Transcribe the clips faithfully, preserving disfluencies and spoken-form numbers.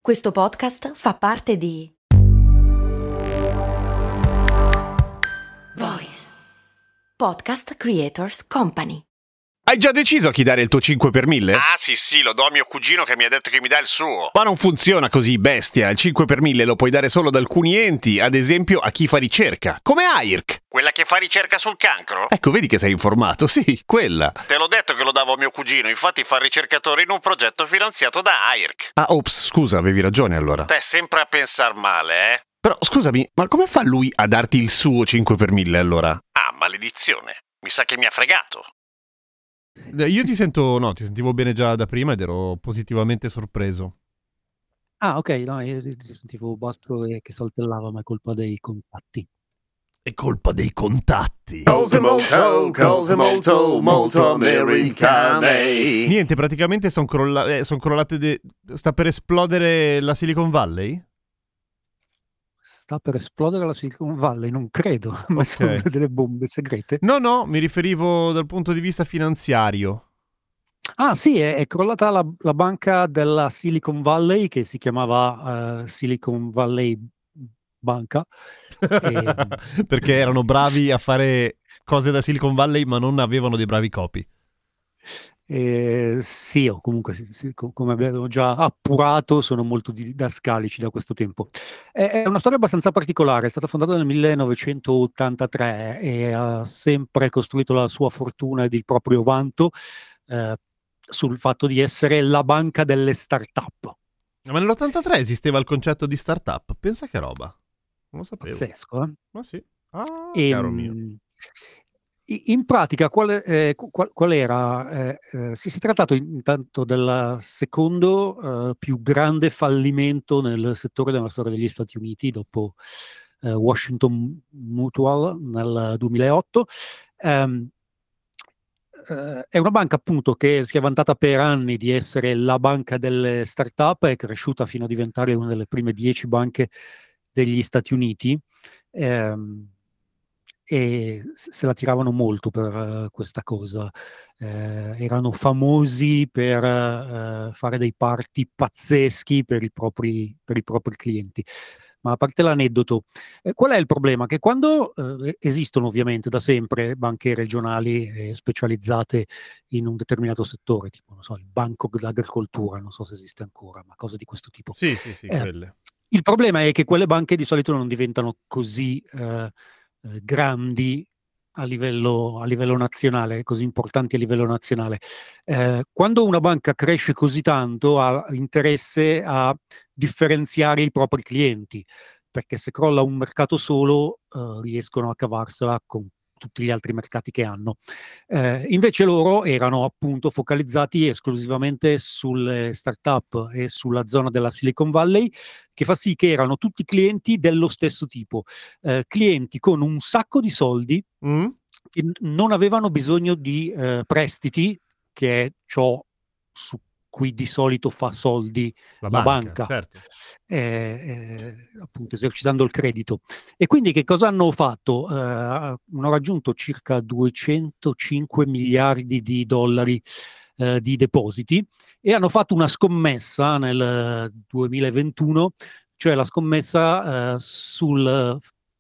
Questo podcast fa parte di Voice Podcast Creators Company. Hai già deciso a chi dare il tuo cinque per mille? Ah sì sì, lo do a mio cugino che mi ha detto che mi dà il suo. Ma non funziona così, bestia. Il cinque per mille lo puoi dare solo ad alcuni enti, ad esempio a chi fa ricerca, come I R C. Quella che fa ricerca sul cancro? Ecco, vedi che sei informato, sì, quella. Te l'ho detto che lo davo a mio cugino, infatti fa il ricercatore in un progetto finanziato da I R C. Ah, ops, scusa, avevi ragione allora. Te sempre a pensar male, eh? Però, scusami, ma come fa lui a darti il suo cinque per mille allora? Ah, maledizione. Mi sa che mi ha fregato. Io ti sento, no, ti sentivo bene già da prima ed ero positivamente sorpreso. Ah, ok, no, io ti sentivo basso e che saltellava, ma è colpa dei contatti. È colpa dei contatti. Cose molto, cose molto, molto americane. Niente, praticamente sono crolla- eh, son crollate. De- sta per esplodere la Silicon Valley? Sta per esplodere la Silicon Valley, non credo, ma Ok. sono delle bombe segrete. No, no, mi riferivo dal punto di vista finanziario. Ah, sì, è, è crollata la, la banca della Silicon Valley che si chiamava eh, Silicon Valley Banca. E, Perché erano bravi a fare cose da Silicon Valley, ma non avevano dei bravi copy. Eh, sì, o comunque sì, sì, co- come abbiamo già appurato, sono molto didascalici da questo tempo. È, è una storia abbastanza particolare, è stata fondata nel millenovecentottantatré e ha sempre costruito la sua fortuna ed il proprio vanto eh, sul fatto di essere la banca delle start-up. Ma nell'ottantatré esisteva il concetto di startup. Pensa che roba. Non lo sapevo. Pazzesco, eh? Ma sì. Ah, E, caro mio. mh, i- in pratica, qual, eh, qual- qual era? Eh, eh, si, si è trattato intanto del secondo eh, più grande fallimento nel settore della storia degli Stati Uniti dopo eh, Washington Mutual nel duemilaotto. Ehm, eh, è una banca appunto che si è vantata per anni di essere la banca delle start-up, è cresciuta fino a diventare una delle prime dieci banche degli Stati Uniti. Ehm, e s- se la tiravano molto per eh, questa cosa. Eh, erano famosi per eh, fare dei party pazzeschi per i propri, per i propri clienti. Ma a parte l'aneddoto, eh, qual è il problema? Che quando eh, esistono ovviamente da sempre banche regionali eh, specializzate in un determinato settore, tipo non so, il Banco dell'Agricoltura, non so se esiste ancora, ma cose di questo tipo. Sì, sì, sì, Eh, quelle. il problema è che quelle banche di solito non diventano così eh, eh, grandi a livello, a livello nazionale, così importanti a livello nazionale. Eh, quando una banca cresce così tanto ha interesse a differenziare i propri clienti, perché se crolla un mercato solo eh, riescono a cavarsela con tutti gli altri mercati che hanno. Eh, invece loro erano appunto focalizzati esclusivamente sulle start-up e sulla zona della Silicon Valley, che fa sì che erano tutti clienti dello stesso tipo, eh, clienti con un sacco di soldi Mm? che n- non avevano bisogno di eh, prestiti, che è ciò su cui di solito fa soldi La la banca, banca, certo. eh, eh, appunto esercitando il credito. E quindi che cosa hanno fatto? Eh, hanno raggiunto circa duecentocinque miliardi di dollari eh, di depositi e hanno fatto una scommessa nel duemilaventuno, cioè la scommessa eh, sul,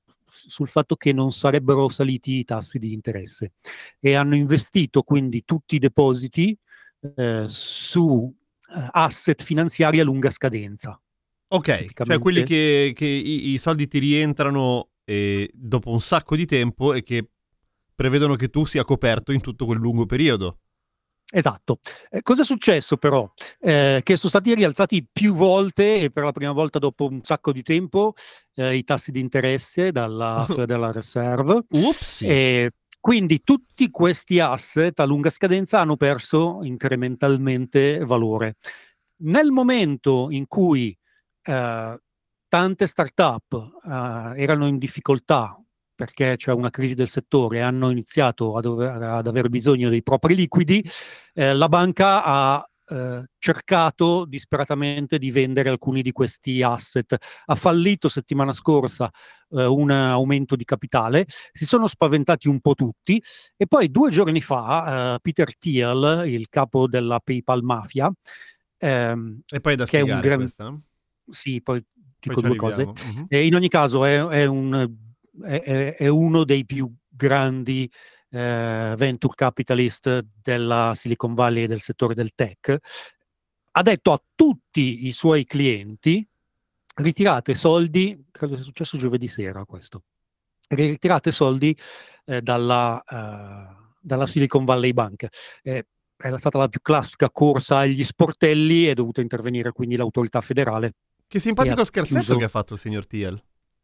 sul fatto che non sarebbero saliti i tassi di interesse e hanno investito quindi tutti i depositi eh, su eh, asset finanziari a lunga scadenza. Ok, cioè quelli che, che i, i soldi ti rientrano eh, dopo un sacco di tempo e che prevedono che tu sia coperto in tutto quel lungo periodo. Esatto. Eh, cosa è successo però? Eh, che sono stati rialzati più volte e per la prima volta dopo un sacco di tempo eh, i tassi di interesse dalla Federal Reserve. Upsi. E quindi tutti questi asset a lunga scadenza hanno perso incrementalmente valore. Nel momento in cui eh, tante start-up eh, erano in difficoltà perché c'è una crisi del settore e hanno iniziato a dover, ad avere bisogno dei propri liquidi, eh, la banca ha eh, cercato disperatamente di vendere alcuni di questi asset. Ha fallito settimana scorsa eh, un aumento di capitale, si sono spaventati un po' tutti e poi due giorni fa eh, Peter Thiel, il capo della PayPal Mafia, ehm, E poi è da che è un spiegare gran... questa? sì, poi Poi dico ci due cose. arriviamo. Mhm. E in ogni caso è, è un, è- è- è uno dei più grandi eh, venture capitalist della Silicon Valley e del settore del tech. Ha detto a tutti i suoi clienti: ritirate soldi, credo sia successo giovedì sera questo, ritirate soldi eh, dalla, eh, dalla Silicon Valley Bank. Eh, era stata la più classica corsa agli sportelli, è dovuta intervenire quindi l'autorità federale Che e ha simpatico scherzetto chiuso. che ha fatto il signor Thiel.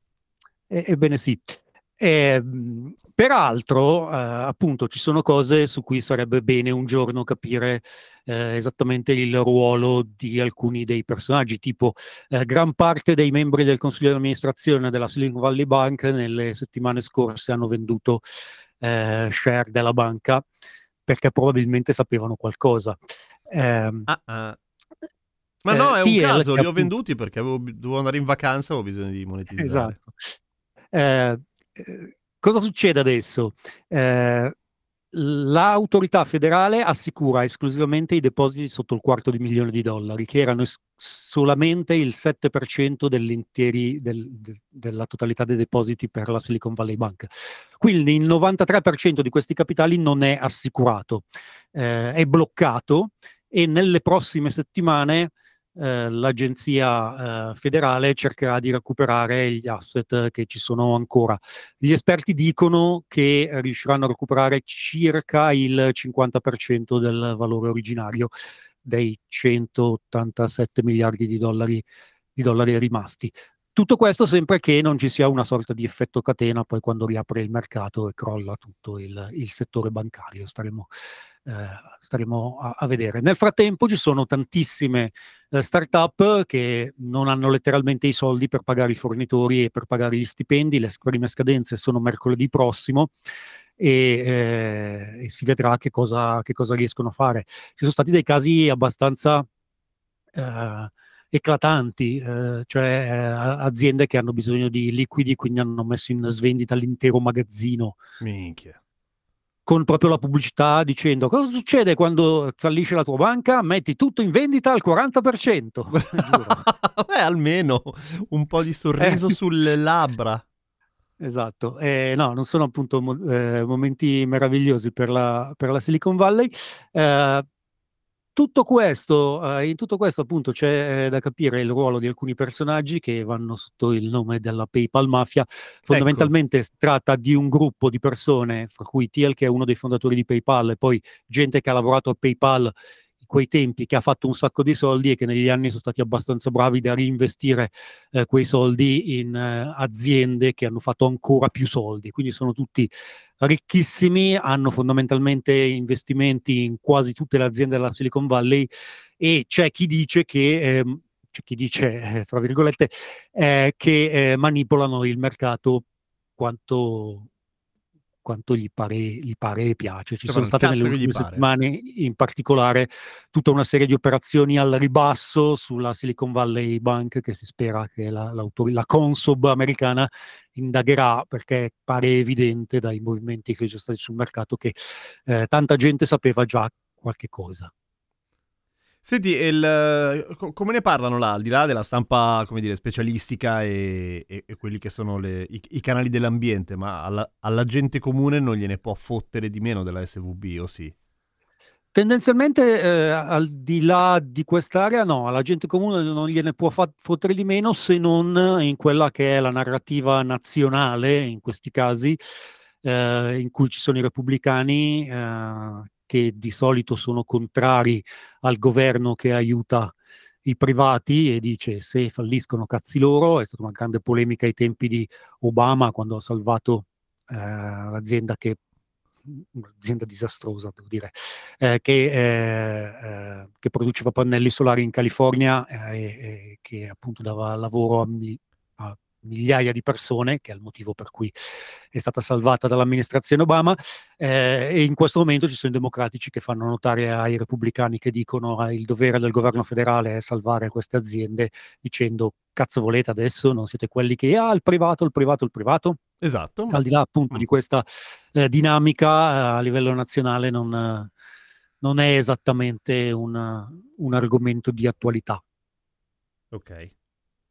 E- Ebbene sì. Eh, mh, peraltro, eh, appunto, ci sono cose su cui sarebbe bene un giorno capire eh, esattamente il ruolo di alcuni dei personaggi, tipo eh, gran parte dei membri del consiglio di amministrazione della Silicon Valley Bank nelle settimane scorse hanno venduto eh, share della banca perché probabilmente sapevano qualcosa. Ehm, Ah, ah. Ma no, eh, è un Thiel, caso, che li ho appunto venduti perché avevo, dovevo andare in vacanza, avevo bisogno di monetizzare. esatto. Eh, eh, cosa succede adesso? Eh, l'autorità federale assicura esclusivamente i depositi sotto il quarto di milione di dollari, che erano es- solamente il sette per cento dell'interi, del- de- della totalità dei depositi per la Silicon Valley Bank. Quindi il novantatré per cento di questi capitali non è assicurato, eh, è bloccato e nelle prossime settimane eh, l'agenzia eh, federale cercherà di recuperare gli asset che ci sono ancora. Gli esperti dicono che riusciranno a recuperare circa il cinquanta per cento del valore originario dei centottantasette miliardi di dollari, di dollari rimasti. Tutto questo sempre che non ci sia una sorta di effetto catena poi quando riapre il mercato e crolla tutto il, il settore bancario. Staremo, eh, staremo a, a vedere. Nel frattempo ci sono tantissime eh, startup che non hanno letteralmente i soldi per pagare i fornitori e per pagare gli stipendi. Le prime scadenze sono mercoledì prossimo e, eh, e si vedrà che cosa, che cosa riescono a fare. Ci sono stati dei casi abbastanza eh, eclatanti, eh, cioè eh, aziende che hanno bisogno di liquidi, quindi hanno messo in svendita l'intero magazzino Minchia. con proprio la pubblicità dicendo: cosa succede quando fallisce la tua banca? Metti tutto in vendita al quaranta per cento. Giuro. Beh, almeno un po' di Eh, sorriso sulle labbra. esatto. Eh, no, non sono appunto mo- eh, momenti meravigliosi per la, per la Silicon Valley. Eh, tutto questo, eh, in tutto questo appunto c'è eh, da capire il ruolo di alcuni personaggi che vanno sotto il nome della PayPal Mafia. Ecco, Fondamentalmente si tratta di un gruppo di persone, fra cui Thiel, che è uno dei fondatori di PayPal, e poi gente che ha lavorato a PayPal in quei tempi, che ha fatto un sacco di soldi e che negli anni sono stati abbastanza bravi da reinvestire eh, quei soldi in eh, aziende che hanno fatto ancora più soldi. Quindi sono tutti ricchissimi, hanno fondamentalmente investimenti in quasi tutte le aziende della Silicon Valley e c'è chi dice che, ehm, c'è chi dice, eh, fra virgolette, eh, che eh, manipolano il mercato quanto, quanto gli pare, gli pare e piace. Ci cioè sono fanno il state nelle cazzo che gli ultime pare. settimane, in particolare, tutta una serie di operazioni al ribasso sulla Silicon Valley Bank, che si spera che la, la Consob americana indagherà, perché pare evidente dai movimenti che sono stati sul mercato che eh, tanta gente sapeva già qualche cosa. Senti, il, co- come ne parlano là, al di là della stampa, come dire, specialistica e, e- e quelli che sono le- i, i canali dell'ambiente, ma alla, alla gente comune non gliene può fottere di meno della S V B, o sì? Tendenzialmente, eh, al di là di quest'area, no, alla gente comune non gliene può fa- fottere di meno se non in quella che è la narrativa nazionale, in questi casi, eh, in cui ci sono i repubblicani, eh, che di solito sono contrari al governo che aiuta i privati e dice: se falliscono cazzi loro. È stata una grande polemica ai tempi di Obama, quando ha salvato eh, l'azienda che un'azienda disastrosa, devo dire, eh, che, eh, eh, che produceva pannelli solari in California eh, e, e che appunto dava lavoro a, mi- a migliaia di persone, che è il motivo per cui è stata salvata dall'amministrazione Obama, eh, e in questo momento ci sono i democratici che fanno notare ai repubblicani che dicono che il dovere del governo federale è salvare queste aziende, dicendo: cazzo volete adesso? Non siete quelli che, ah, il privato, il privato, il privato? Esatto, ma... Al di là appunto mm, di questa eh, dinamica eh, a livello nazionale non, eh, non è esattamente un, un argomento di attualità. ok.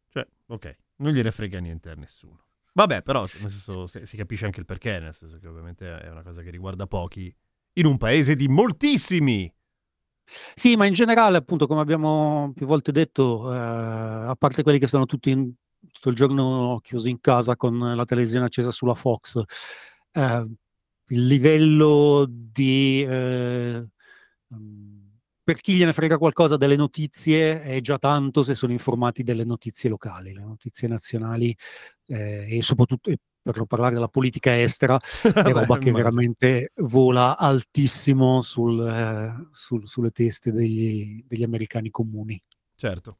Cioè, ok, non gliene frega niente a nessuno. Vabbè, però nel senso, si si capisce anche il perché, nel senso che ovviamente è una cosa che riguarda pochi in un paese di moltissimi. Sì, ma in generale, appunto, come abbiamo più volte detto, eh, a parte quelli che sono tutti in- tutto il giorno chiusi in casa con la televisione accesa sulla Fox, eh, il livello di... eh, mm, per chi gliene frega qualcosa delle notizie è già tanto se sono informati delle notizie locali, le notizie nazionali eh, e soprattutto, e per non parlare della politica estera, è roba Beh, che immagino. veramente vola altissimo sul, eh, sul- sulle teste degli, degli americani comuni. Certo.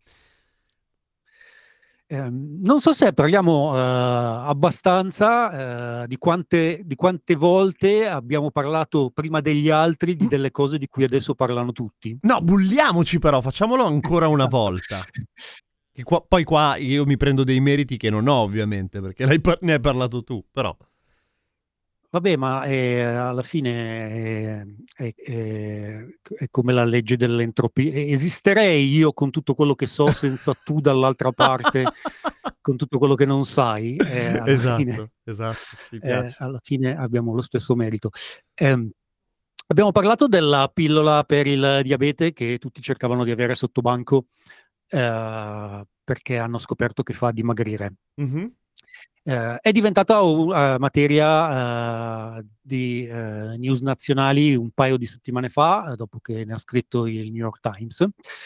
Ehm, non so se parliamo eh, abbastanza eh, di quante, di quante volte abbiamo parlato prima degli altri di delle cose di cui adesso parlano tutti. No, bulliamoci però, facciamolo ancora una volta. Che qua- poi qua io mi prendo dei meriti che non ho ovviamente, perché l'hai par- ne hai parlato tu, però. Vabbè, ma eh, alla fine è, è- è- è come la legge dell'entropia. Esisterei io con tutto quello che so senza tu dall'altra parte con tutto quello che non sai. Eh, alla fine, Esatto, esatto, mi eh, piace. alla fine abbiamo lo stesso merito. Ehm, abbiamo parlato della pillola per il diabete che tutti cercavano di avere sotto banco eh, perché hanno scoperto che fa dimagrire. Mhm. Eh, è diventata uh, eh, materia eh, di eh, news nazionali un paio di settimane fa, eh, dopo che ne ha scritto il New York Times,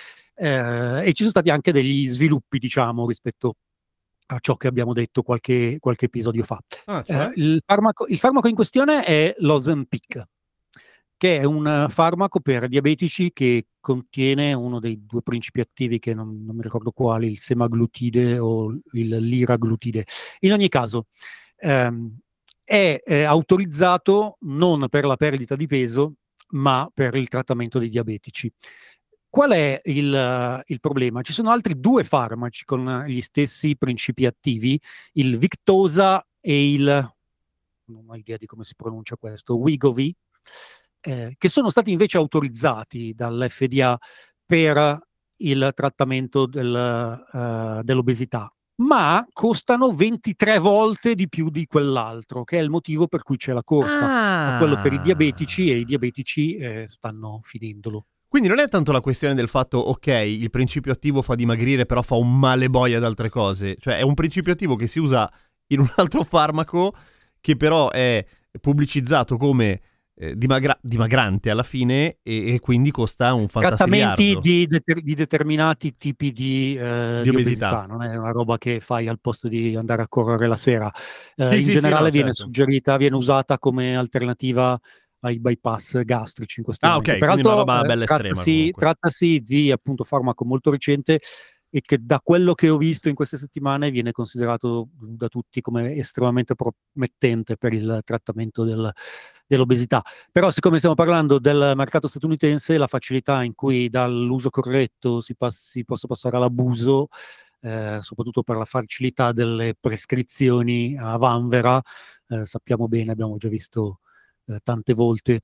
eh, e ci sono stati anche degli sviluppi, diciamo, rispetto a ciò che abbiamo detto qualche, qualche episodio fa. Ah, Eh, cioè? il farmaco, il farmaco in questione è l'Ozempic, che è un eh, farmaco per diabetici che contiene uno dei due principi attivi che non, non mi ricordo quali, il semaglutide o il liraglutide. In ogni caso, ehm, è, è autorizzato non per la perdita di peso, ma per il trattamento dei diabetici. Qual è il, eh, il problema? Ci sono altri due farmaci con eh, gli stessi principi attivi, il Victoza e il, non ho idea di come si pronuncia questo, Wegovy, eh, che sono stati invece autorizzati dall'F D A per il trattamento del, eh, dell'obesità, ma costano ventitré volte di più di quell'altro, che è il motivo per cui c'è la corsa a quello per i diabetici e i Ah. diabetici eh, stanno finendolo. Quindi non è tanto la questione del fatto, ok, il principio attivo fa dimagrire, però fa un male boia ad altre cose. Cioè è un principio attivo che si usa in un altro farmaco che però è pubblicizzato come eh, dimagra- dimagrante alla fine e, e quindi costa un Trattamenti fantasiliardo di, deter- di determinati tipi di, eh, di di obesità. obesità, non è una roba che fai al posto di andare a correre la sera. Eh, Sì, in sì, sì, no, generale viene certo. suggerita, viene usata come alternativa ai bypass gastrici in questo Ah, momento. ok, quindi una Peraltro roba eh, bella estrema trattasi, comunque. trattasi di appunto farmaco molto recente e che da quello che ho visto in queste settimane viene considerato da tutti come estremamente promettente per il trattamento del- dell'obesità. Però siccome stiamo parlando del mercato statunitense, la facilità in cui dall'uso corretto si, passi, possa passare all'abuso, eh, soprattutto per la facilità delle prescrizioni a vanvera, eh, sappiamo bene, abbiamo già visto eh, tante volte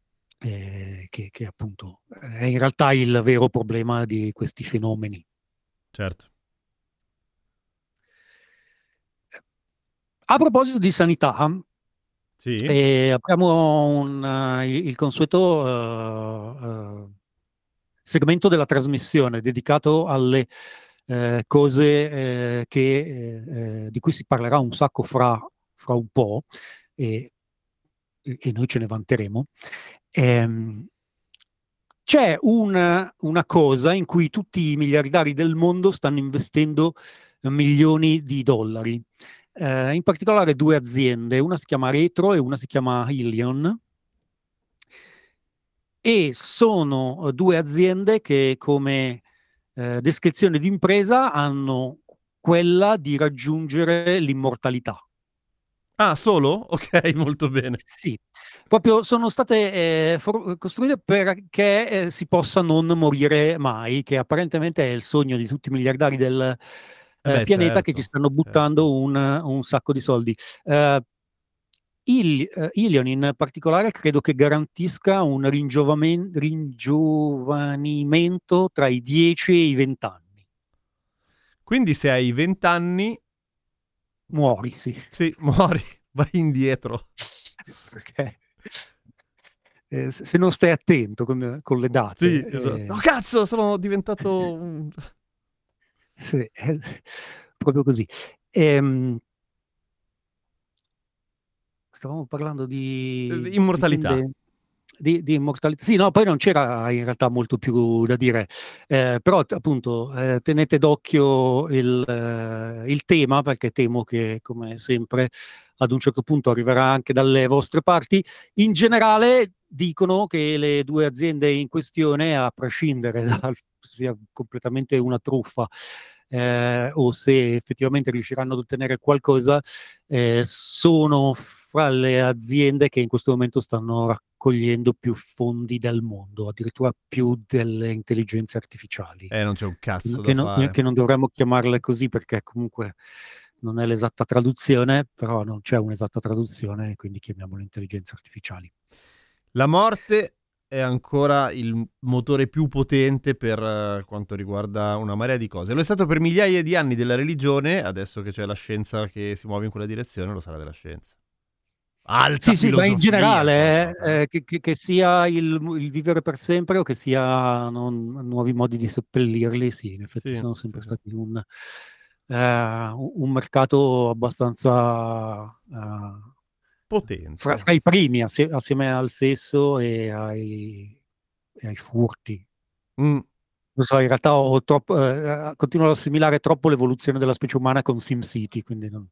eh, che, che appunto è in realtà il vero problema di questi fenomeni. Certo. A proposito di sanità, Sì? eh, apriamo un, eh, il, il consueto eh, eh, segmento della trasmissione dedicato alle eh, cose eh, che, eh, eh, di cui si parlerà un sacco fra, fra un po' e, e- e noi ce ne vanteremo. Ehm, c'è una, una cosa in cui tutti i miliardari del mondo stanno investendo milioni di dollari. Eh, in particolare due aziende, una si chiama Retro e una si chiama Ilion, e sono eh, due aziende che come eh, descrizione di impresa hanno quella di raggiungere l'immortalità. Ah, solo? Ok, molto bene. Sì, proprio sono state eh, for- costruite perché eh, si possa non morire mai, che apparentemente è il sogno di tutti i miliardari del Eh eh, beh, pianeta che ci certo, stanno certo. buttando un, un sacco di soldi. Eh, il, eh, Ilion in particolare credo che garantisca un ringiovamen- ringiovanimento tra i dieci e i venti anni. Quindi se hai venti anni... Muori, sì. Sì, muori, vai indietro. Perché eh, se non stai attento con, con le date... Sì, esatto. eh, Oh cazzo, sono diventato... un... sì, è proprio così. Ehm, stavamo parlando di... Immortalità. vicende- Di, di immortalità. Sì, no, poi non c'era in realtà molto più da dire, eh, però t- appunto eh, tenete d'occhio il, eh, il tema, perché temo che come sempre ad un certo punto arriverà anche dalle vostre parti. In generale dicono che le due aziende in questione, a prescindere dal sia completamente una truffa eh, o se effettivamente riusciranno ad ottenere qualcosa, eh, sono fra le aziende che in questo momento stanno raccogliendo più fondi del mondo, addirittura più delle intelligenze artificiali. Eh, non c'è un Che, cazzo che da non, fare. che non dovremmo chiamarle così perché comunque non è l'esatta traduzione, però non c'è un'esatta traduzione, quindi chiamiamole intelligenze artificiali. La morte è ancora il motore più potente per uh, quanto riguarda una marea di cose. Lo è stato per migliaia di anni della religione, adesso che c'è la scienza che si muove in quella direzione, lo sarà della scienza. Alta Sì, sì, ma in filosofia generale, qua, qua. eh, che, che- che sia il, il vivere per sempre o che sia non- nuovi modi di seppellirli, sì, in effetti Sì, sono sì, sempre sì. stati un, eh, un mercato abbastanza eh, Potente. fra, fra i primi, assie- assieme al sesso e ai, e ai furti. Mm. Non so, in realtà ho troppo, eh, continuo ad assimilare troppo l'evoluzione della specie umana con SimCity, quindi non...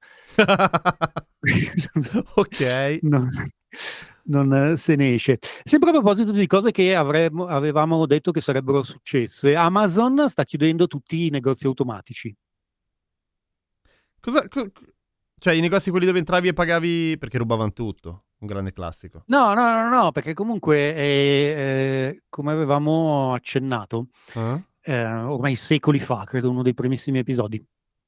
Ok. non, non, eh, se ne esce. Sempre a proposito di cose che avremmo, avevamo detto che sarebbero successe, Amazon sta chiudendo tutti i negozi automatici. Cosa, co- cioè, i negozi quelli dove entravi e pagavi perché rubavano tutto. Un grande classico. No, no, no, no, perché comunque, eh, eh, come avevamo accennato, Eh? eh, ormai secoli fa, credo uno dei primissimi episodi,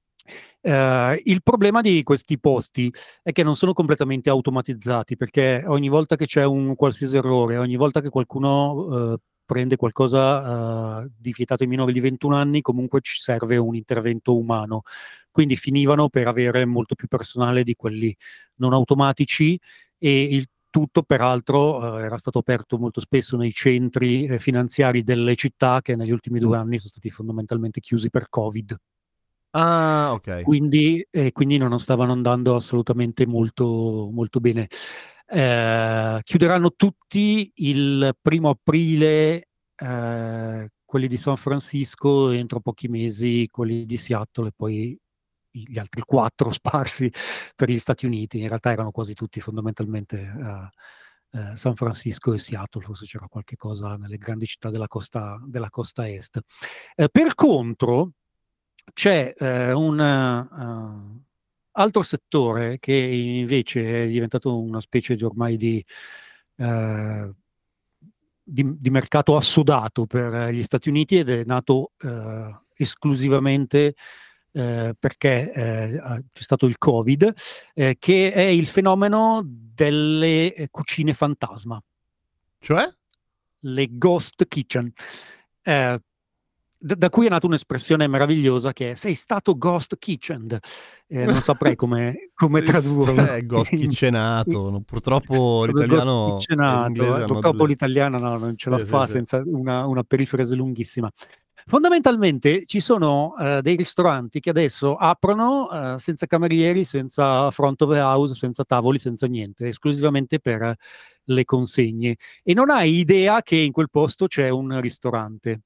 Eh, il problema di questi posti è che non sono completamente automatizzati, perché ogni volta che c'è un qualsiasi errore, ogni volta che qualcuno eh, prende qualcosa eh, di vietato ai minori di ventuno anni, comunque ci serve un intervento umano. Quindi finivano per avere molto più personale di quelli non automatici e il tutto peraltro eh, era stato aperto molto spesso nei centri eh, finanziari delle città che negli ultimi due anni sono stati fondamentalmente chiusi per Covid. Ah, ok. Quindi, eh, quindi non stavano andando assolutamente molto, molto bene. Eh, chiuderanno tutti il primo aprile, eh, quelli di San Francisco, entro pochi mesi quelli di Seattle e poi gli altri quattro sparsi per gli Stati Uniti. In realtà erano quasi tutti fondamentalmente eh, eh, San Francisco e Seattle, forse c'era qualche cosa nelle grandi città della costa, della costa est. Eh, per contro, c'è eh, un uh, altro settore che invece è diventato una specie di ormai di, eh, di, di mercato assodato per gli Stati Uniti ed è nato eh, esclusivamente eh, perché eh, c'è stato il Covid, eh, che è il fenomeno delle eh, cucine fantasma, Cioè? le ghost kitchen. Eh, da, da cui è nata un'espressione meravigliosa che è sei stato ghost kitchen. Eh, non saprei come, come Sì, tradurlo. è ghost kitchenato. No, purtroppo Stato ghost l'italiano e kitchenato. l'inglese Eh, hanno purtroppo delle... l'italiano no, non ce la Sì, sì, fa sì. senza una, una perifrasi lunghissima. Fondamentalmente ci sono eh, dei ristoranti che adesso aprono eh, senza camerieri, senza front of the house, senza tavoli, senza niente, esclusivamente per le consegne. E non hai idea che in quel posto c'è un ristorante.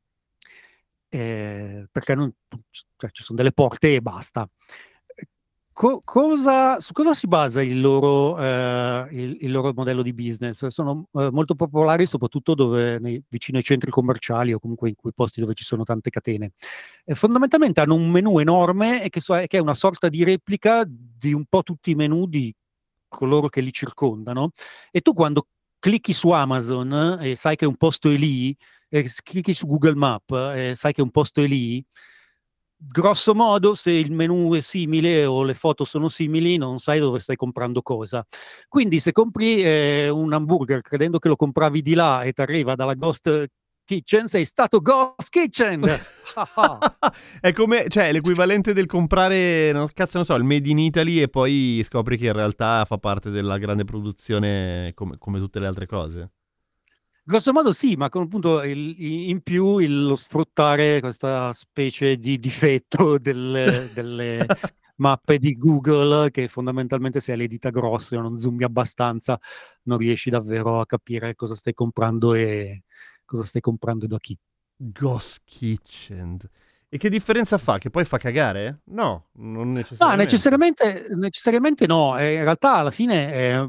Eh, perché non, cioè, ci sono delle porte e basta. Co- cosa, su cosa si basa il loro, eh, il, il loro modello di business? Sono eh, molto popolari soprattutto dove, nei, vicino ai centri commerciali o comunque in quei posti dove ci sono tante catene. E fondamentalmente hanno un menù enorme e che, so- che è una sorta di replica di un po' tutti i menù di coloro che li circondano. E tu quando clicchi su Amazon eh, e sai che un posto è lì, e clicchi su Google Maps e sai che un posto è lì, grosso modo, se il menu è simile o le foto sono simili, non sai dove stai comprando cosa. Quindi se compri eh, un hamburger credendo che lo compravi di là e ti arriva dalla Ghost Kitchen, sei stato Ghost Kitchen. È come, cioè, l'equivalente del comprare, no, cazzo non so, il Made in Italy e poi scopri che in realtà fa parte della grande produzione come, come tutte le altre cose. Grosso modo sì, ma con appunto il, in più il, lo sfruttare questa specie di difetto delle, delle mappe di Google, che fondamentalmente se hai le dita grosse o non zoomi abbastanza non riesci davvero a capire cosa stai comprando e cosa stai comprando e da chi. Ghost Kitchen. E che differenza fa? Che poi fa cagare? No, non No, necessariamente. necessariamente, necessariamente no. Eh, in realtà alla fine è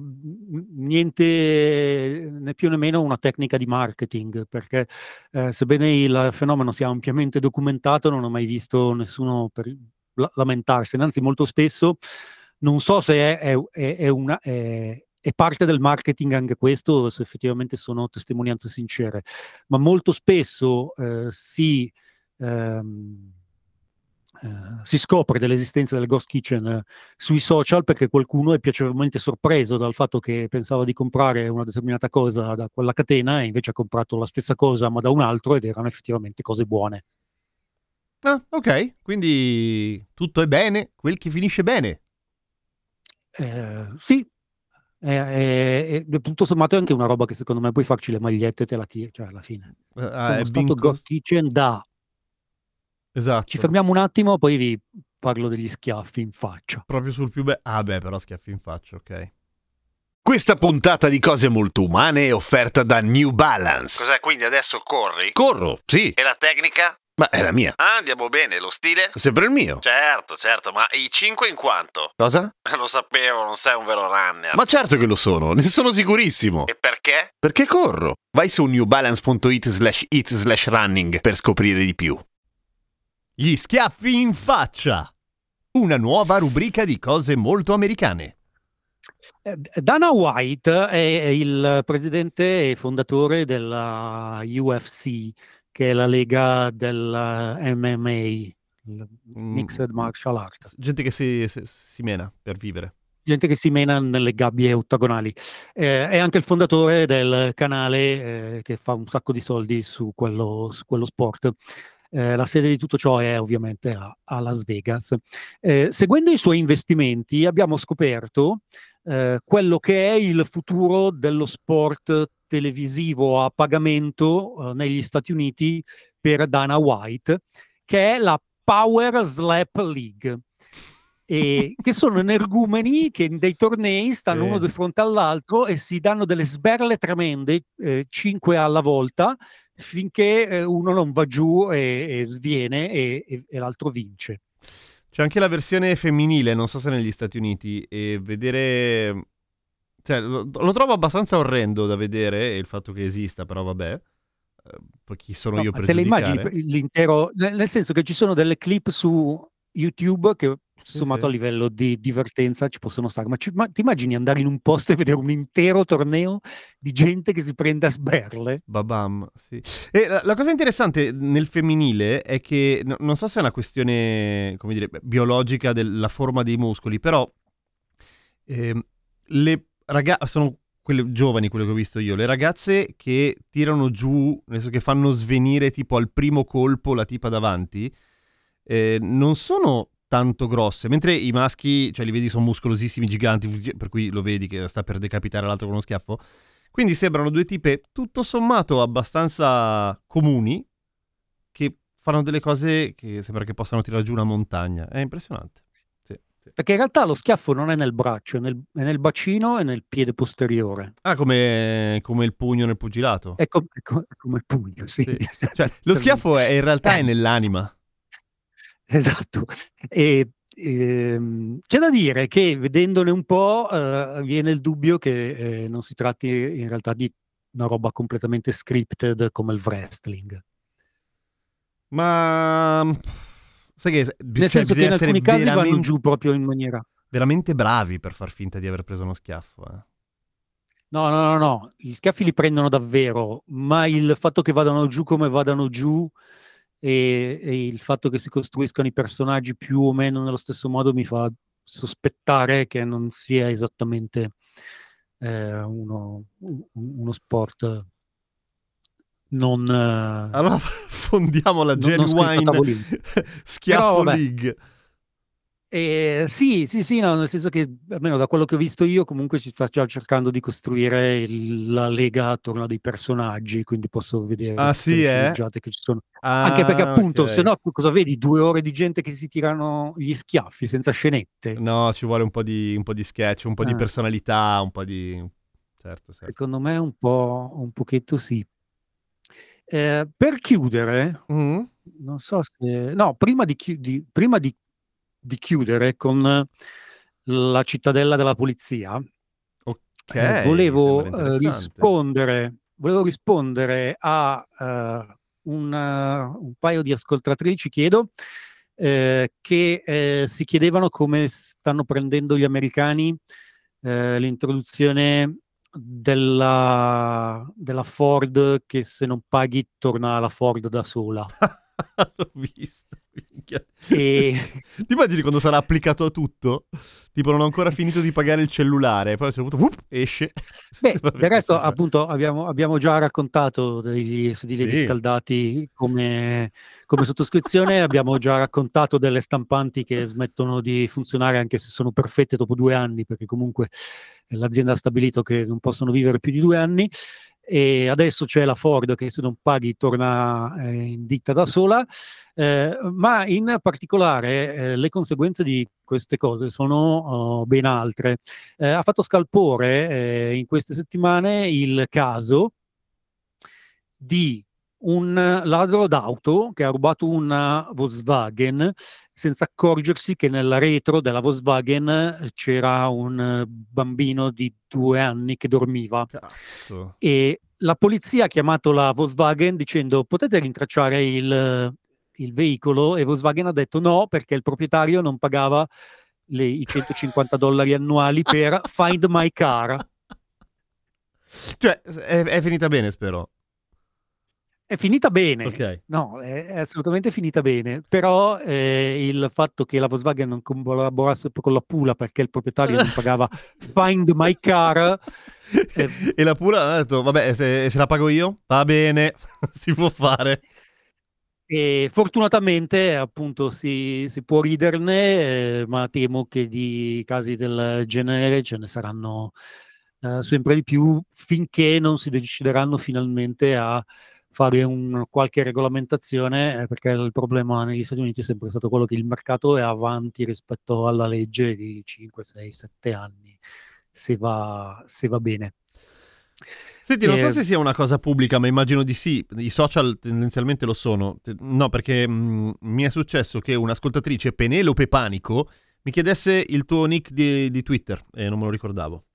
niente né più né meno una tecnica di marketing, perché eh, sebbene il fenomeno sia ampiamente documentato, non ho mai visto nessuno per, la, lamentarsene. Anzi, molto spesso non so se è, è, è, è una... È, è parte del marketing anche questo, se effettivamente sono testimonianze sincere, ma molto spesso eh, si... Ehm, Uh, si scopre dell'esistenza del Ghost Kitchen uh, sui social perché qualcuno è piacevolmente sorpreso dal fatto che pensava di comprare una determinata cosa da quella catena e invece ha comprato la stessa cosa ma da un altro ed erano effettivamente cose buone. Ah, ok, quindi tutto è bene, quel che finisce bene. Eh, sì, è, è, è, tutto sommato è anche una roba che secondo me puoi farci le magliette e te la tiri, cioè alla fine. Uh, ah, Sono è stato Binko... Ghost Kitchen da... Esatto. Ci fermiamo un attimo, poi vi parlo degli schiaffi in faccia. Proprio sul più bello. Ah beh, però schiaffi in faccia, ok. Questa puntata di Cose Molto Umane è offerta da New Balance. Cos'è, quindi adesso corri? Corro, sì, E la tecnica? ma è la mia. Ah, andiamo bene. Lo stile? Sempre il mio. Certo, certo, ma i cinque in quanto? Cosa? Lo sapevo, non sei un vero runner. Ma certo che lo sono, ne sono sicurissimo. E perché? Perché corro. Vai su newbalance.it slash it slash running per scoprire di più. Gli schiaffi in faccia. Una nuova rubrica di cose molto americane. Dana White è il presidente e fondatore della U F C, che è la lega del M M A, il Mixed Martial Art. Gente che si, si, si mena per vivere. Gente che si mena nelle gabbie ottagonali. Eh, è anche il fondatore del canale eh, che fa un sacco di soldi su quello, su quello sport. Eh, la sede di tutto ciò è ovviamente a, a Las Vegas. Eh, seguendo i suoi investimenti abbiamo scoperto eh, quello che è il futuro dello sport televisivo a pagamento eh, negli Stati Uniti per Dana White, che è la Power Slap League. E che sono energumeni che in dei tornei stanno Sì. uno di fronte all'altro e si danno delle sberle tremende, eh, cinque alla volta, finché eh, uno non va giù e, e sviene e, e, e l'altro vince. C'è anche la versione femminile, non so se negli Stati Uniti, e vedere... Cioè, lo, lo trovo abbastanza orrendo da vedere, il fatto che esista, però vabbè. Eh, poi chi sono No, io per te le giudicare? immagini l'intero, nel, nel senso che ci sono delle clip su YouTube che Sì, sommato sì. a livello di divertenza ci possono stare, ma, ci, ma ti immagini andare in un posto e vedere un intero torneo di gente che si prende a sberle? Babam, sì. E la, la cosa interessante nel femminile è che, no, non so se è una questione, come dire, biologica della forma dei muscoli, però ehm, le ragazze sono quelle giovani, quelle che ho visto io, le ragazze che tirano giù, nel senso che fanno svenire tipo al primo colpo la tipa davanti, eh, non sono tanto grosse, mentre i maschi, cioè li vedi, sono muscolosissimi, giganti, per cui lo vedi che sta per decapitare l'altro con uno schiaffo. Quindi sembrano due tipe tutto sommato abbastanza comuni che fanno delle cose che sembra che possano tirare giù una montagna. È impressionante. Sì, sì. Perché in realtà lo schiaffo non è nel braccio, è nel, è nel bacino e nel piede posteriore. Ah, come, come il pugno nel pugilato. È, com- è com- è come il pugno, sì. Sì. Cioè, lo schiaffo è, in realtà è nell'anima. Esatto. E, ehm, c'è da dire che vedendone un po' eh, viene il dubbio che eh, non si tratti in realtà di una roba completamente scripted come il wrestling. Ma sai che Nel cioè, senso che in bisogna essere alcuni casi vanno veramente, giù proprio in maniera... veramente bravi per far finta di aver preso uno schiaffo. Eh. No, no, no, no, gli schiaffi li prendono davvero, ma il fatto che vadano giù come vadano giù e, e il fatto che si costruiscano i personaggi più o meno nello stesso modo mi fa sospettare che non sia esattamente eh, uno, uno sport non... eh, Allora fondiamo la non- non scritto a Genuine tavolino. Schiaffo Però, vabbè. League. Eh, sì, sì, sì, no, nel senso che almeno da quello che ho visto io, comunque ci sta già cercando di costruire il- la lega attorno a dei personaggi, quindi posso vedere Ah tutte sì, le eh? sceneggiate che ci sono. Anche perché, Ah, appunto, se ok. no, cosa vedi? Due ore di gente che si tirano gli schiaffi senza scenette. No, ci vuole un po' di, un po' di sketch, un po' di Ah, personalità, un po' di... Certo, certo. secondo me un po', un pochetto sì. Eh, per chiudere, Mm? non so se... No, prima di, chi- di- prima di, di chiudere con la cittadella della polizia, Ok, eh, sembra volevo eh, interessante. rispondere, volevo rispondere a eh, un, eh, un paio di ascoltatrici, chiedo, eh, che eh, si chiedevano come stanno prendendo gli americani eh, l'introduzione della, della Ford, che se non paghi torna la Ford da sola. L'ho visto. Minchia. E Ti immagini quando sarà applicato a tutto? Tipo non ho ancora finito di pagare il cellulare, poi a un certo punto whoop, esce. beh, Vabbè, del resto, questo cioè. appunto, abbiamo, abbiamo già raccontato degli sedili Sì. riscaldati come, come sottoscrizione, abbiamo già raccontato delle stampanti che smettono di funzionare anche se sono perfette dopo due anni, perché comunque l'azienda ha stabilito che non possono vivere più di due anni. E adesso c'è la Ford che se non paghi torna eh, in ditta da sola, eh, ma in particolare eh, le conseguenze di queste cose sono oh, ben altre. Eh, ha fatto scalpore eh, in queste settimane il caso di un ladro d'auto che ha rubato una Volkswagen senza accorgersi che nella retro della Volkswagen c'era un bambino di due anni che dormiva. Cazzo. E la polizia ha chiamato la Volkswagen dicendo: potete rintracciare il, il veicolo? E Volkswagen ha detto no, perché il proprietario non pagava le- i centocinquanta dollari annuali per Find My Car. Cioè, è, è finita bene, spero. È finita bene, Ok. no, è, è assolutamente finita bene, però eh, il fatto che la Volkswagen non collaborasse con la Pula perché il proprietario non pagava Find My Car, eh, E la pura ha detto, vabbè, se, se la pago io, va bene, si può fare. e fortunatamente appunto si, si può riderne, eh, ma temo che di casi del genere ce ne saranno eh, sempre di più finché non si decideranno finalmente a fare un, qualche regolamentazione, eh, perché il problema negli Stati Uniti è sempre stato quello che il mercato è avanti rispetto alla legge di cinque, sei, sette anni, se va, se va bene. Senti, non so Eh, se sia una cosa pubblica, ma immagino di sì. I social tendenzialmente lo sono. Te- No, perché mh, mi è successo che un'ascoltatrice, Penelope Panico, mi chiedesse il tuo nick di, di Twitter e non me lo ricordavo.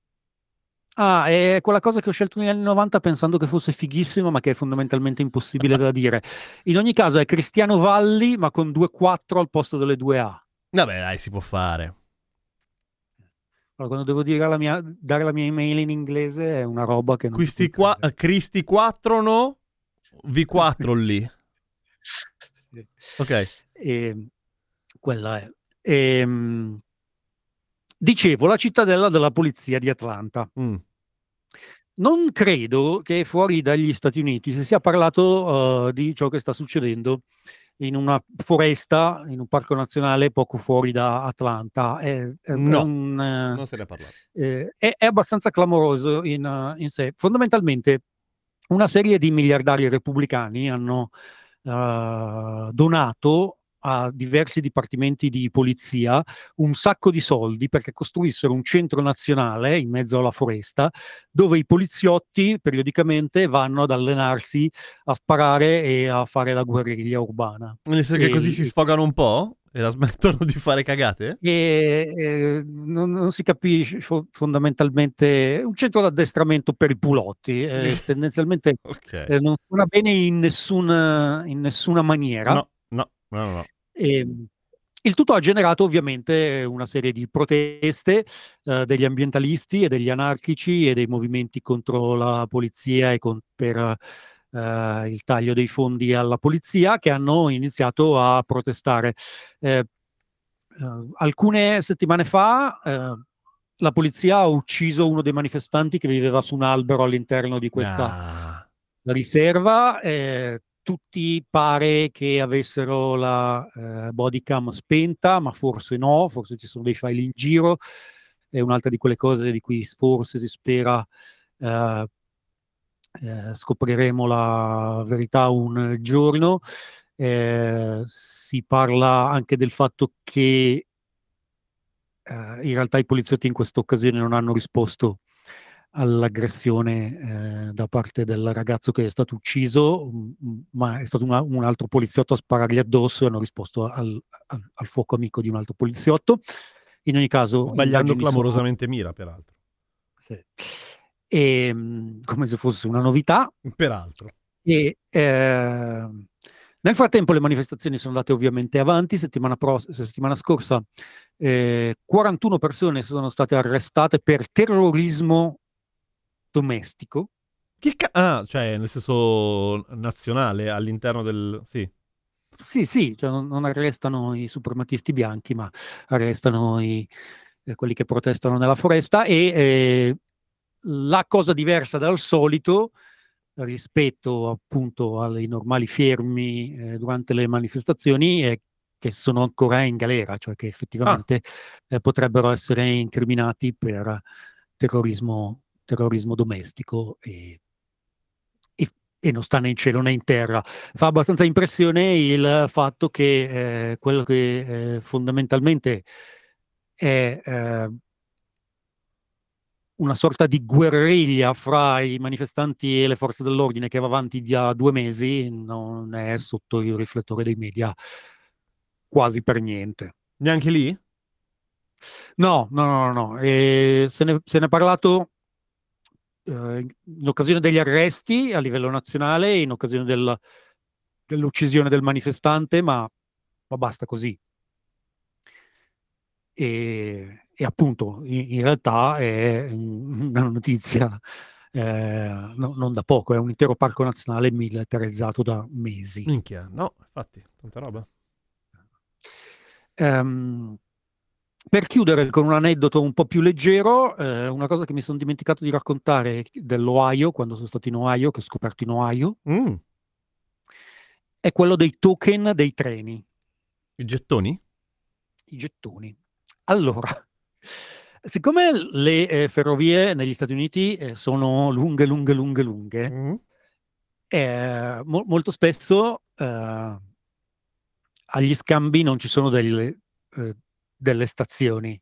Ah, è quella cosa che ho scelto negli anni novanta pensando che fosse fighissimo, ma che è fondamentalmente impossibile da dire. In ogni caso è Cristiano Valli, ma con due quattro al posto delle due A. Vabbè, dai, si può fare. Allora, quando devo dire la mia, dare la mia email in inglese è una roba che non ci Questi puoi qua, credere. Cristi quattro no? V quattro lì. Ok. E, quella è. Ehm, dicevo, la cittadella della polizia di Atlanta. Mm. Non credo che fuori dagli Stati Uniti si sia parlato uh, di ciò che sta succedendo in una foresta, in un parco nazionale poco fuori da Atlanta. È, è- è No, un, eh, non se ne è parlato. eh, è, è abbastanza clamoroso in, eh, in sé. Fondamentalmente, una serie di miliardari repubblicani hanno eh, donato a diversi dipartimenti di polizia un sacco di soldi perché costruissero un centro nazionale in mezzo alla foresta dove i poliziotti periodicamente vanno ad allenarsi a sparare e a fare la guerriglia urbana. Nel senso che così si E, sfogano un po' e la smettono di fare cagate? e, eh, non, non si capisce fo- fondamentalmente, è un centro d'addestramento per i pulotti, eh, tendenzialmente Ok. eh, non suona bene in nessuna, in nessuna maniera. No, no, no, no. E, il tutto ha generato ovviamente una serie di proteste eh, degli ambientalisti e degli anarchici e dei movimenti contro la polizia e con- per eh, il taglio dei fondi alla polizia che hanno iniziato a protestare. Eh, eh, alcune settimane fa eh, la polizia ha ucciso uno dei manifestanti che viveva su un albero all'interno di questa Ah. la riserva, eh, tutti pare che avessero la eh, bodycam spenta, ma forse no, forse ci sono dei file in giro. È un'altra di quelle cose di cui forse si spera eh, eh, scopriremo la verità un giorno. Eh, si parla anche del fatto che eh, in realtà i poliziotti in questa occasione non hanno risposto all'aggressione eh, da parte del ragazzo che è stato ucciso, m- ma è stato una- un altro poliziotto a sparargli addosso e hanno risposto al, al- al fuoco amico di un altro poliziotto. In ogni caso, Sbagliando indagini sono... clamorosamente mira, peraltro. Sì. E, mh, come se fosse una novità. Peraltro. E, eh, nel frattempo le manifestazioni sono andate ovviamente avanti. Settimana, pro- settimana scorsa eh, quarantuno persone sono state arrestate per terrorismo domestico. Che ca- ah, cioè, nel senso nazionale, all'interno del... Sì. Sì, sì, cioè non, non arrestano i suprematisti bianchi, ma arrestano i, eh, quelli che protestano nella foresta. E eh, la cosa diversa dal solito rispetto appunto ai normali fermi eh, durante le manifestazioni è che sono ancora in galera, cioè che Ah, effettivamente eh, potrebbero essere incriminati per terrorismo, terrorismo domestico e, e- e non sta né in cielo né in terra. Fa abbastanza impressione il fatto che eh, quello che eh, fondamentalmente è eh, una sorta di guerriglia fra i manifestanti e le forze dell'ordine che va avanti da due mesi non è sotto il riflettore dei media quasi per niente. neanche lì? No, no, no, no, no. E se ne, se ne è parlato eh, in occasione degli arresti a livello nazionale, in occasione del- dell'uccisione del manifestante, ma, ma basta così. E, e appunto, in, in realtà è una notizia eh, no- non da poco, è un intero parco nazionale militarizzato da mesi. Minchia, no, infatti, tanta roba. Ehm, per chiudere con un aneddoto un po' più leggero, eh, una cosa che mi sono dimenticato di raccontare dell'Ohio, quando sono stato in Ohio, che ho scoperto in Ohio, Mm, è quello dei token dei treni, i gettoni? i gettoni. Allora, siccome le eh, ferrovie negli Stati Uniti eh, sono lunghe, lunghe, lunghe, lunghe, Mm. eh, mo- molto spesso eh, agli scambi non ci sono delle, eh, delle stazioni,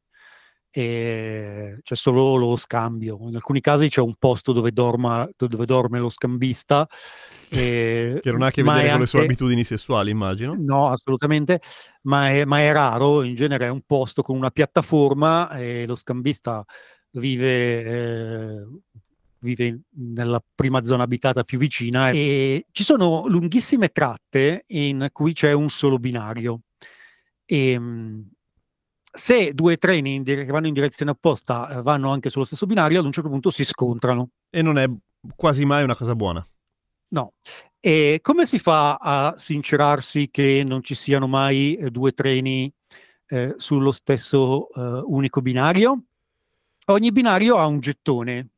e c'è solo lo scambio. In alcuni casi c'è un posto dove, dorma, dove dorme lo scambista, eh, Che non ha a che ma è vedere con le sue anche... abitudini sessuali, immagino. No, assolutamente, ma è, ma è raro. In genere è un posto con una piattaforma e lo scambista vive, eh, vive nella prima zona abitata più vicina e ci sono lunghissime tratte in cui c'è un solo binario. E, mh, se due treni in dire- che vanno in direzione opposta eh, vanno anche sullo stesso binario, ad un certo punto si scontrano. E non è quasi mai una cosa buona. No. E come si fa a sincerarsi che non ci siano mai eh, due treni eh, sullo stesso eh, unico binario? Ogni binario ha un gettone.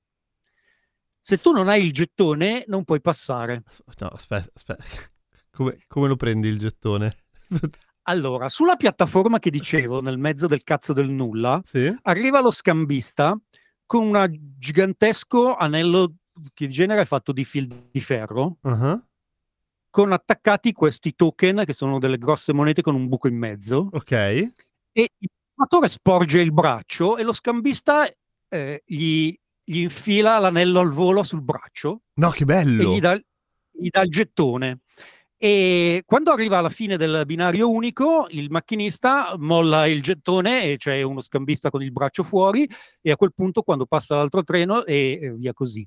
Se tu non hai il gettone, non puoi passare. No, aspetta, aspetta. Come, come lo prendi il gettone? Allora, sulla piattaforma che dicevo, nel mezzo del cazzo del nulla, Sì? arriva lo scambista con un gigantesco anello che in genere è fatto di fil di ferro, Uh-huh. con attaccati questi token che sono delle grosse monete con un buco in mezzo. Ok. E il fumatore sporge il braccio e lo scambista eh, gli, gli infila l'anello al volo sul braccio No, che e gli bello! dà, gli dà il gettone. E quando arriva alla fine del binario unico, il macchinista molla il gettone e c'è uno scambista con il braccio fuori, e a quel punto, quando passa l'altro treno, e, e via così.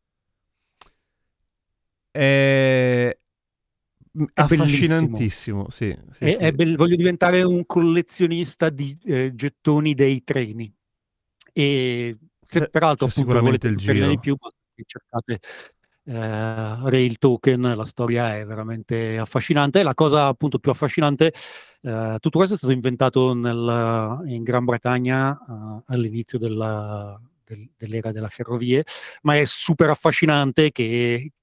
È È bellissimo. affascinantissimo, sì, sì, È- è sì. bell- voglio diventare un collezionista di eh, gettoni dei treni. E se C'è, peraltro c'è appunto sicuramente volete il saperne di giro. più, basta che cercate eh, Rail Token, la storia è veramente affascinante. La cosa appunto più affascinante, eh, tutto questo è stato inventato nel- in Gran Bretagna eh, all'inizio della- del- dell'era della ferrovie, ma è super affascinante che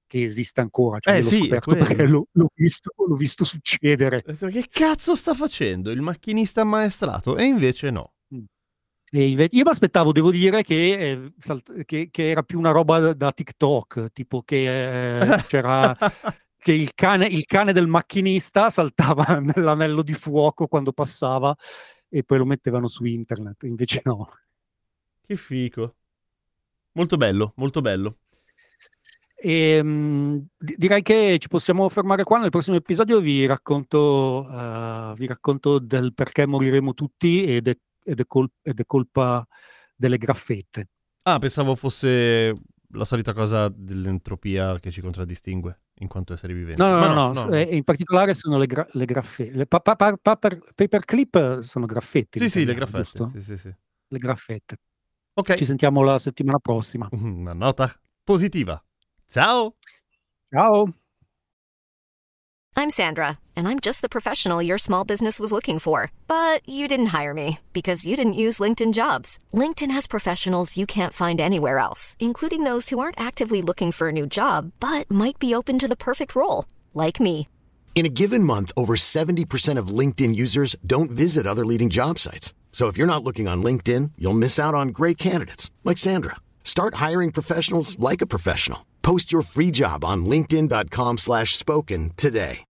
che esista ancora, cioè Eh, io l'ho sì, scoperto quello. perché l'ho, l'ho visto, l'ho visto succedere. Che cazzo sta facendo il macchinista ammaestrato? E invece no. E invece, io mi aspettavo, devo dire, che, eh, salt- che, che era più una roba da, da TikTok, tipo che eh, c'era che il cane, il cane del macchinista saltava nell'anello di fuoco quando passava e poi lo mettevano su internet, invece no. Che fico. Molto bello, molto bello. E, mh, di- direi che ci possiamo fermare qua. Nel prossimo episodio vi racconto, eh, vi racconto del perché moriremo tutti ed è, ed è col- ed è colpa delle graffette. Ah, pensavo fosse la solita cosa dell'entropia che ci contraddistingue in quanto esseri viventi. No, no, Ma no, no, no, no. eh, in particolare sono le, gra- le graffette. Le pa- pa- pa- paper, paperclip sono graffette. Sì, in sì, le italiano, graffette. giusto? Sì, sì, sì. Le graffette. Ok. Ci sentiamo la settimana prossima. Una nota positiva. Ciao! Ciao! I'm Sandra, and I'm just the professional your small business was looking for. But you didn't hire me because you didn't use LinkedIn Jobs. LinkedIn has professionals you can't find anywhere else, including those who aren't actively looking for a new job, but might be open to the perfect role, like me. In a given month, over seventy percent of LinkedIn users don't visit other leading job sites. So if you're not looking on LinkedIn, you'll miss out on great candidates like Sandra. Start hiring professionals like a professional. Post your free job on linkedin dot com slash spoken today.